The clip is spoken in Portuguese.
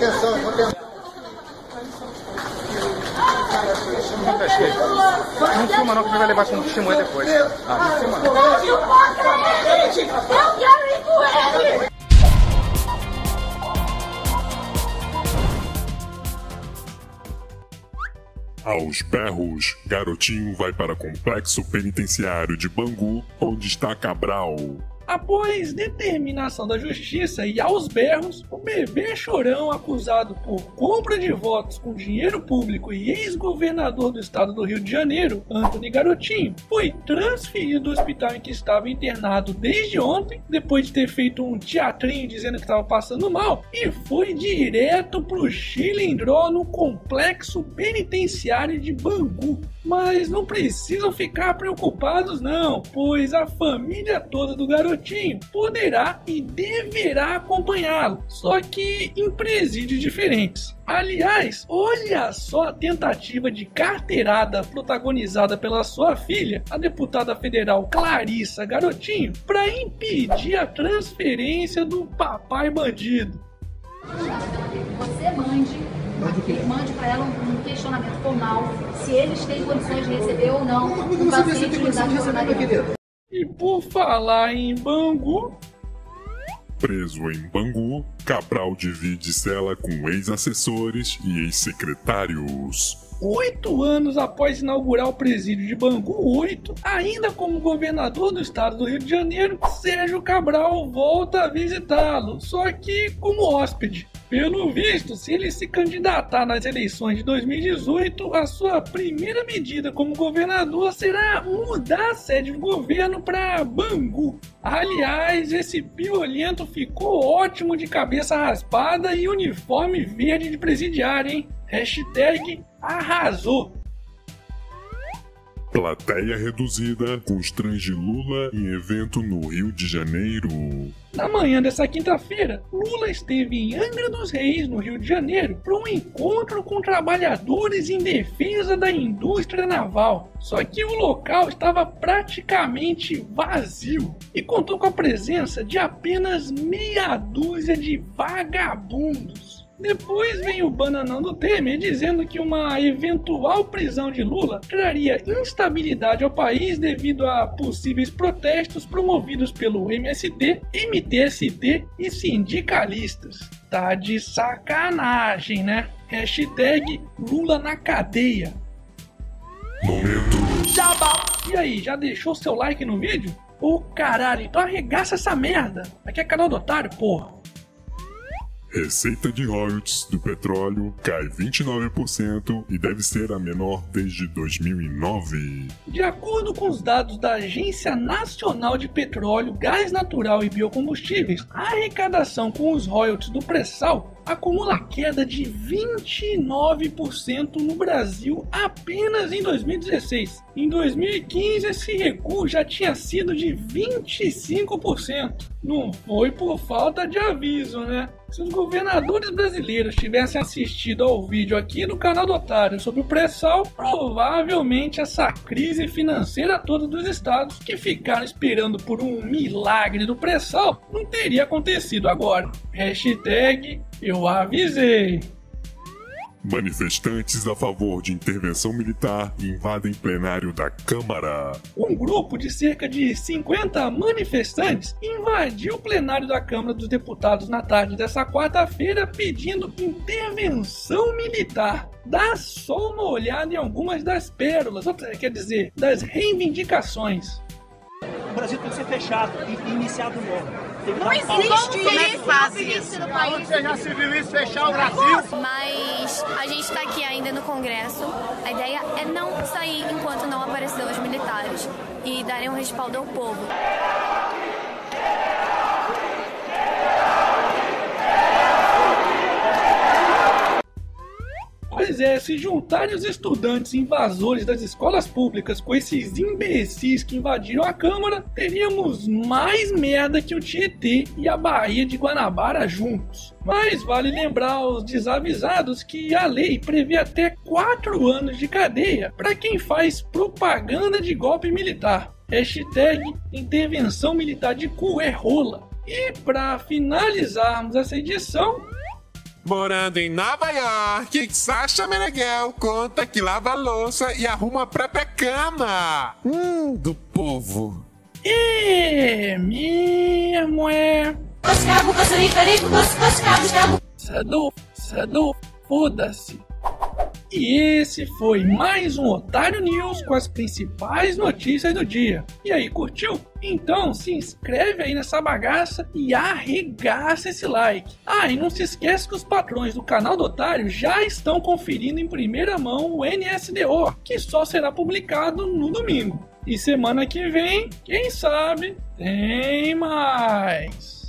Atenção. Não filma não, que vai levar como testemunha depois. Não filma não. Eu quero ir com ele! Aos berros, garotinho vai para complexo penitenciário de Bangu, onde está Cabral. Após determinação da justiça e aos berros, o bebê chorão acusado por compra de votos com dinheiro público e ex-governador do estado do Rio de Janeiro, Antony Garotinho, foi transferido do hospital em que estava internado desde ontem, depois de ter feito um teatrinho dizendo que estava passando mal, e foi direto pro Chilindró no complexo penitenciário de Bangu. Mas não precisam ficar preocupados não, pois a família toda do garotinho poderá e deverá acompanhá-lo, só que em presídios diferentes. Aliás, olha só a tentativa de carteirada protagonizada pela sua filha, a deputada federal Clarissa Garotinho, para impedir a transferência do papai bandido. Você mande para ela um questionamento formal se eles têm condições de receber ou não um paciente de unidade coronária. E por falar em Bangu... Preso em Bangu, Cabral divide cela com ex-assessores e ex-secretários. 8 anos após inaugurar o presídio de Bangu 8, ainda como governador do estado do Rio de Janeiro, Sérgio Cabral volta a visitá-lo, só que como hóspede. Pelo visto, se ele se candidatar nas eleições de 2018, a sua primeira medida como governador será mudar a sede do governo para Bangu. Aliás, esse piolento ficou ótimo de cabeça raspada e uniforme verde de presidiário, hein? Hashtag arrasou. Plateia reduzida constrange Lula em evento no Rio de Janeiro. Na manhã dessa quinta-feira, Lula esteve em Angra dos Reis, no Rio de Janeiro, para um encontro com trabalhadores em defesa da indústria naval. Só que o local estava praticamente vazio e contou com a presença de apenas meia dúzia de vagabundos. Depois vem o bananão do Temer dizendo que uma eventual prisão de Lula traria instabilidade ao país devido a possíveis protestos promovidos pelo MST, MTST e sindicalistas. Tá de sacanagem, né? Hashtag Lula na cadeia. Momento. E aí, já deixou seu like no vídeo? Ô caralho, então arregaça essa merda. Aqui é canal do Otário, porra. Receita de royalties do petróleo cai 29% e deve ser a menor desde 2009. De acordo com os dados da Agência Nacional de Petróleo, Gás Natural e Biocombustíveis, a arrecadação com os royalties do pré-sal acumula queda de 29% no Brasil apenas em 2016. Em 2015, esse recuo já tinha sido de 25%. Não foi por falta de aviso, né? Se os governadores brasileiros tivessem assistido ao vídeo aqui no canal do Otário sobre o pré-sal, provavelmente essa crise financeira toda dos estados que ficaram esperando por um milagre do pré-sal não teria acontecido agora. Hashtag eu avisei. Manifestantes a favor de intervenção militar invadem plenário da Câmara. Um grupo de cerca de 50 manifestantes invadiu o plenário da Câmara dos Deputados na tarde dessa quarta-feira pedindo intervenção militar. Dá só uma olhada em algumas das pérolas, quer dizer, das reivindicações. O Brasil tem que ser fechado e iniciado novo. Não existe isso no país. Você já se viu isso, fechar o Brasil? Mas a gente está aqui ainda no Congresso. A ideia é não sair enquanto não aparecer os militares e darem um respaldo ao povo. Pois é, se juntarem os estudantes invasores das escolas públicas com esses imbecis que invadiram a Câmara, teríamos mais merda que o Tietê e a Baía de Guanabara juntos. Mas vale lembrar aos desavisados que a lei prevê até 4 anos de cadeia para quem faz propaganda de golpe militar. Hashtag intervenção militar de cu é rola. E para finalizarmos essa edição, Morando em Nova York, Sasha Meneghel conta que lava a louça e arruma a própria cama. Do povo. É mesmo, é. Sadu, foda-se. E esse foi mais um Otário News com as principais notícias do dia. E aí, curtiu? Então se inscreve aí nessa bagaça e arregaça esse like. Ah, e não se esquece que os patrões do canal do Otário já estão conferindo em primeira mão o NSDO, que só será publicado no domingo. E semana que vem, quem sabe, tem mais.